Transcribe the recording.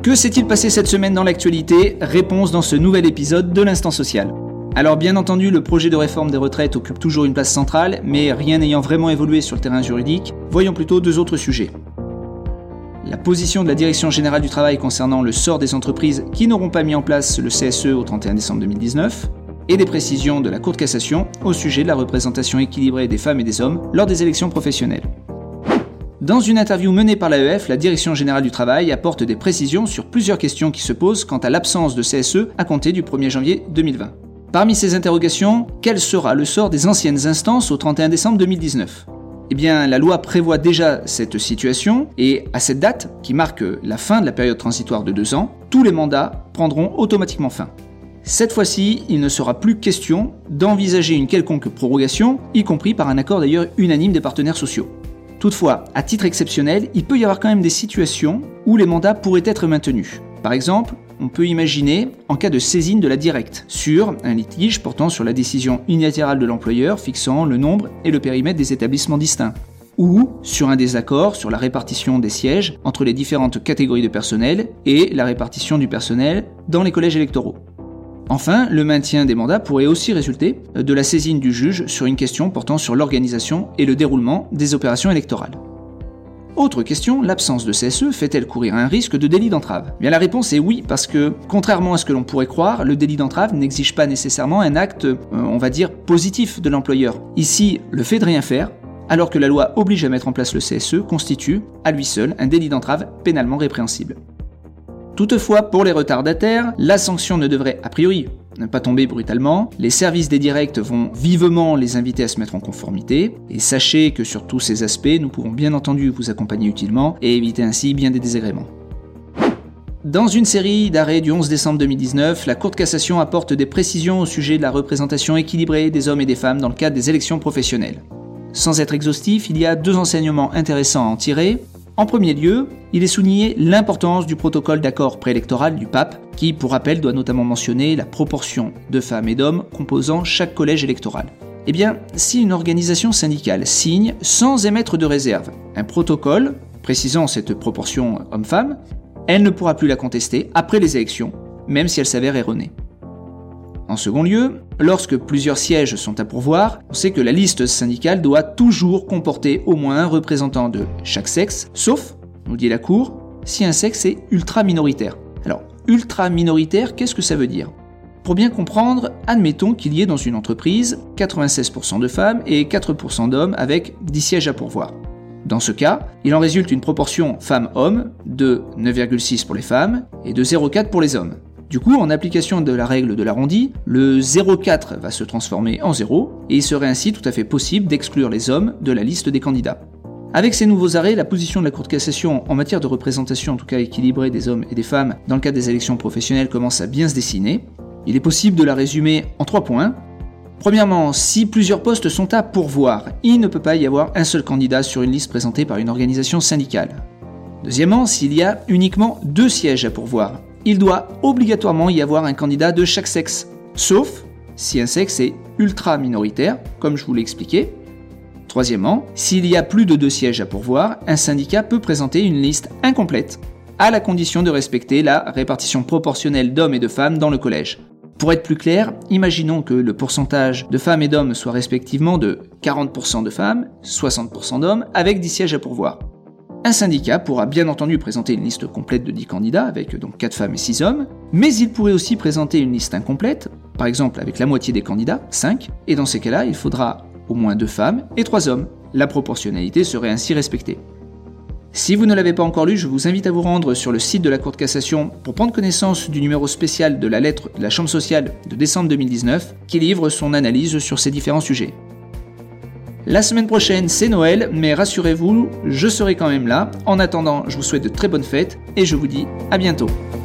Que s'est-il passé cette semaine dans l'actualité ? Réponse dans ce nouvel épisode de l'Instant Social. Alors bien entendu, le projet de réforme des retraites occupe toujours une place centrale, mais rien n'ayant vraiment évolué sur le terrain juridique, voyons plutôt deux autres sujets. La position de la Direction générale du travail concernant le sort des entreprises qui n'auront pas mis en place le CSE au 31 décembre 2019, et des précisions de la Cour de cassation au sujet de la représentation équilibrée des femmes et des hommes lors des élections professionnelles. Dans une interview menée par l'AEF, la Direction générale du travail apporte des précisions sur plusieurs questions qui se posent quant à l'absence de CSE à compter du 1er janvier 2020. Parmi ces interrogations, quel sera le sort des anciennes instances au 31 décembre 2019 ? Eh bien, la loi prévoit déjà cette situation et à cette date, qui marque la fin de la période transitoire de 2 ans, tous les mandats prendront automatiquement fin. Cette fois-ci, il ne sera plus question d'envisager une quelconque prorogation, y compris par un accord d'ailleurs unanime des partenaires sociaux. Toutefois, à titre exceptionnel, il peut y avoir quand même des situations où les mandats pourraient être maintenus. Par exemple, on peut imaginer en cas de saisine de la directe sur un litige portant sur la décision unilatérale de l'employeur fixant le nombre et le périmètre des établissements distincts, ou sur un désaccord sur la répartition des sièges entre les différentes catégories de personnel et la répartition du personnel dans les collèges électoraux. Enfin, le maintien des mandats pourrait aussi résulter de la saisine du juge sur une question portant sur l'organisation et le déroulement des opérations électorales. Autre question, l'absence de CSE fait-elle courir un risque de délit d'entrave ? Bien, la réponse est oui, parce que, contrairement à ce que l'on pourrait croire, le délit d'entrave n'exige pas nécessairement un acte, on va dire, positif de l'employeur. Ici, le fait de rien faire, alors que la loi oblige à mettre en place le CSE, constitue, à lui seul, un délit d'entrave pénalement répréhensible. Toutefois, pour les retardataires, la sanction ne devrait, a priori, ne pas tomber brutalement. Les services des directs vont vivement les inviter à se mettre en conformité. Et sachez que sur tous ces aspects, nous pourrons bien entendu vous accompagner utilement et éviter ainsi bien des désagréments. Dans une série d'arrêts du 11 décembre 2019, la Cour de cassation apporte des précisions au sujet de la représentation équilibrée des hommes et des femmes dans le cadre des élections professionnelles. Sans être exhaustif, il y a 2 enseignements intéressants à en tirer. En premier lieu, il est souligné l'importance du protocole d'accord préélectoral du pape, qui, pour rappel, doit notamment mentionner la proportion de femmes et d'hommes composant chaque collège électoral. Eh bien, si une organisation syndicale signe, sans émettre de réserve, un protocole précisant cette proportion homme-femme, elle ne pourra plus la contester après les élections, même si elle s'avère erronée. En second lieu, lorsque plusieurs sièges sont à pourvoir, on sait que la liste syndicale doit toujours comporter au moins un représentant de chaque sexe, sauf, nous dit la Cour, si un sexe est ultra-minoritaire. Alors, ultra-minoritaire, qu'est-ce que ça veut dire ? Pour bien comprendre, admettons qu'il y ait dans une entreprise 96% de femmes et 4% d'hommes avec 10 sièges à pourvoir. Dans ce cas, il en résulte une proportion femmes-hommes de 9,6 pour les femmes et de 0,4 pour les hommes. Du coup, en application de la règle de l'arrondi, le 0,4 va se transformer en 0, et il serait ainsi tout à fait possible d'exclure les hommes de la liste des candidats. Avec ces nouveaux arrêts, la position de la Cour de cassation en matière de représentation, en tout cas équilibrée des hommes et des femmes, dans le cadre des élections professionnelles commence à bien se dessiner. Il est possible de la résumer en 3 points. Premièrement, si plusieurs postes sont à pourvoir, il ne peut pas y avoir un seul candidat sur une liste présentée par une organisation syndicale. Deuxièmement, s'il y a uniquement 2 sièges à pourvoir, il doit obligatoirement y avoir un candidat de chaque sexe, sauf si un sexe est ultra minoritaire, comme je vous l'ai expliqué. Troisièmement, s'il y a plus de 2 sièges à pourvoir, un syndicat peut présenter une liste incomplète, à la condition de respecter la répartition proportionnelle d'hommes et de femmes dans le collège. Pour être plus clair, imaginons que le pourcentage de femmes et d'hommes soit respectivement de 40% de femmes, 60% d'hommes, avec 10 sièges à pourvoir. Un syndicat pourra bien entendu présenter une liste complète de 10 candidats, avec donc 4 femmes et 6 hommes, mais il pourrait aussi présenter une liste incomplète, par exemple avec la moitié des candidats, 5, et dans ces cas-là, il faudra au moins 2 femmes et 3 hommes. La proportionnalité serait ainsi respectée. Si vous ne l'avez pas encore lu, je vous invite à vous rendre sur le site de la Cour de cassation pour prendre connaissance du numéro spécial de la lettre de la Chambre sociale de décembre 2019, qui livre son analyse sur ces différents sujets. La semaine prochaine, c'est Noël, mais rassurez-vous, je serai quand même là. En attendant, je vous souhaite de très bonnes fêtes et je vous dis à bientôt.